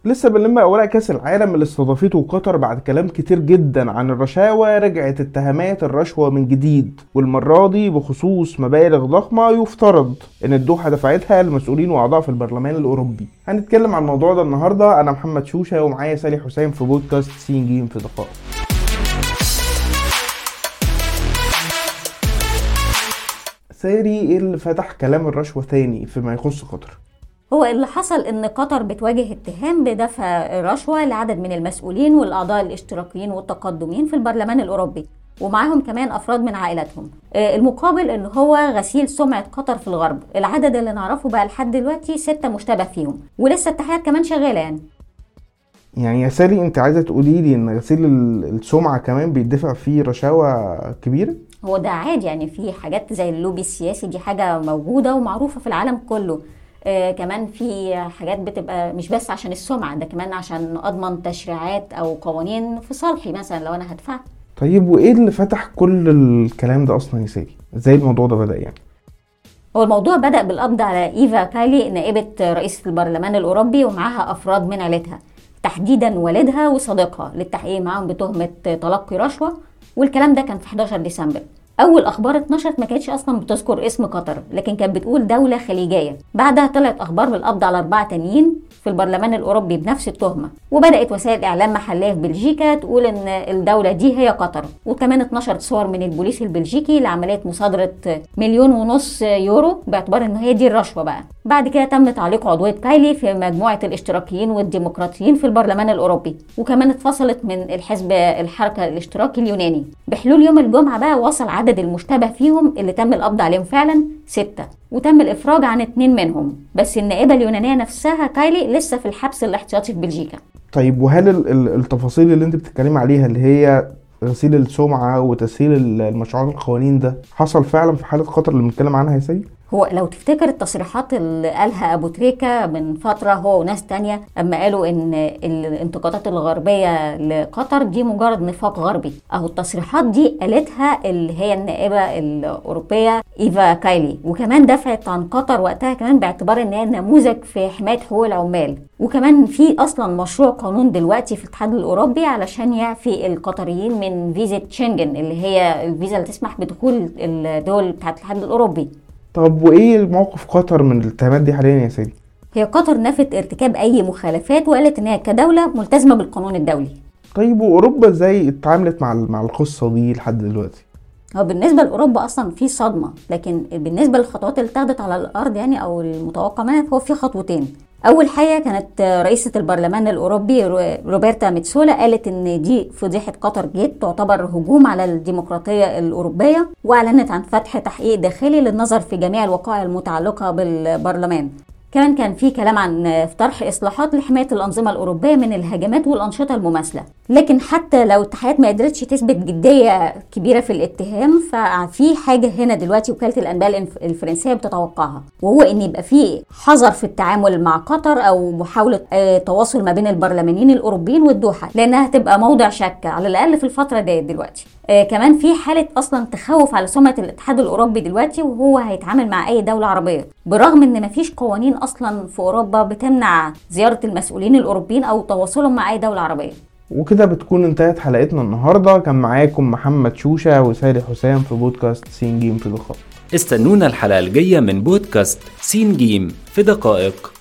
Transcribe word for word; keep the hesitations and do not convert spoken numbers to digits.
لسه بنلم اوراق كاس العالم اللي استضافته قطر بعد كلام كتير جدا عن الرشاوى. رجعت اتهامات الرشوة من جديد، والمرة دي بخصوص مبالغ ضخمة يفترض ان الدوحة دفعتها لمسؤولين واعضاء في البرلمان الاوروبي. هنتكلم عن الموضوع ده النهاردة. انا محمد شوشة ومعايا سالي حسين في بودكاست سين جيم في دقائق. ساري، ايه اللي فتح كلام الرشوة تاني فيما يخص قطر؟ هو اللي حصل ان قطر بتواجه اتهام بدفع الرشوة لعدد من المسؤولين والاعضاء الاشتراكيين والتقدمين في البرلمان الاوروبي، ومعاهم كمان افراد من عائلاتهم. المقابل ان هو غسيل سمعة قطر في الغرب. العدد اللي نعرفه بقى لحد دلوقتي ستة مشتبه فيهم، ولسه التحقيقات كمان شغالة. يعني يعني يا سالي، انت عايزة تقولي لي ان غسيل السمعة كمان بيدفع فيه رشاوى كبيرة؟ هو ده عادي، يعني في حاجات زي اللوبي السياسي، دي حاجة موجودة ومعروفة في العالم كله. آه كمان في حاجات بتبقى مش بس عشان السمعة، ده كمان عشان أضمن تشريعات أو قوانين في صالحي مثلا لو أنا هدفع. طيب وإيه اللي فتح كل الكلام ده أصلا يا ساري؟ إزاي الموضوع ده بدأ يعني؟ هو الموضوع بدأ بالقبض على إيفا كايلي، نائبة رئيسة البرلمان الأوروبي، ومعها أفراد من عائلتها، تحديدا والدها وصديقها، للتحقيق معهم بتهمة تلقي رشوة. والكلام ده كان في حداشر ديسمبر. اول اخبار اتنشرت ما كانتش اصلا بتذكر اسم قطر، لكن كانت بتقول دولة خليجية. بعدها طلعت اخبار بالقبض على اربعة تانيين في البرلمان الاوروبي بنفس التهمة، وبدأت وسائل اعلام محلية في بلجيكا تقول ان الدولة دي هي قطر. وكمان اتنشرت صور من البوليس البلجيكي لعملية مصادرة مليون ونص يورو باعتبار ان هي دي الرشوة بقى. بعد كده تم تعليق عضوية كايلي في مجموعة الاشتراكيين والديمقراطيين في البرلمان الاوروبي، وكمان اتفصلت من الحزب الحركة الاشتراكي اليوناني. بحلول يوم الجمعة بقى وصل عدد المشتبه فيهم اللي تم القبض عليهم فعلا ستة، وتم الافراج عن اتنين منهم. بس النائبة اليونانية نفسها كايلي لسه في الحبس الاحتياطي في بلجيكا. طيب وهل التفاصيل اللي انت بتتكلمي عليها اللي هي غسيل السمعة وتسهيل المشروعات القوانين ده حصل فعلا في حالة قطر اللي بنتكلم عنها يا سيدي؟ هو لو تفتكر التصريحات اللي قالها أبو تريكة من فترة هو وناس تانية، أما قالوا إن الانتقادات الغربية لقطر دي مجرد نفاق غربي، أهو التصريحات دي قالتها اللي هي النائبة الأوروبية إيفا كايلي. وكمان دفعت عن قطر وقتها كمان باعتبار إن هي نموذج في حماية حقوق العمال. وكمان في أصلا مشروع قانون دلوقتي في الاتحاد الأوروبي علشان يعفي القطريين من فيزا شنغن، اللي هي الفيزا اللي تسمح بدخول الدول بتاعت الاتحاد الأوروبي. طب وايه موقف قطر من الاتهامات دي حاليا يا سيدي؟ هي قطر نفت ارتكاب اي مخالفات وقالت ان هي كدوله ملتزمه بالقانون الدولي. طيب واوروبا ازاي اتعاملت مع مع القصه دي لحد دلوقتي؟ هو بالنسبه لاوروبا اصلا في صدمه، لكن بالنسبه للخطوات اللي اتخذت على الارض يعني او المتوقع منها هو في خطوتين. اول حاجه كانت رئيسه البرلمان الاوروبي روبرتا ميتسولا قالت ان دي فضيحه قطر جيت تعتبر هجوم على الديمقراطيه الاوروبيه، واعلنت عن فتح تحقيق داخلي للنظر في جميع الوقائع المتعلقه بالبرلمان. كمان كان في كلام عن طرح اصلاحات لحمايه الانظمه الاوروبيه من الهجمات والانشطه المماثله. لكن حتى لو التحقيقات ما قدرتش تثبت جديه كبيره في الاتهام، ففي حاجه هنا دلوقتي وكاله الانباء الفرنسيه بتتوقعها، وهو ان يبقى في حذر في التعامل مع قطر او محاوله تواصل ما بين البرلمانيين الاوروبيين والدوحه، لانها هتبقى موضع شك على الاقل في الفتره ديت دلوقتي. آه كمان في حالة أصلا تخوف على سمعة الاتحاد الأوروبي دلوقتي، وهو هيتعامل مع أي دولة عربية، برغم إن مفيش قوانين أصلا في أوروبا بتمنع زيارة المسؤولين الأوروبيين أو تواصلهم مع أي دولة عربية. وكده بتكون انتهت حلقتنا النهاردة. كان معاكم محمد شوشة وسالي حسين في بودكاست سين جيم في دقائق. استنونا الحلقة الجاية من بودكاست سين جيم في دقائق.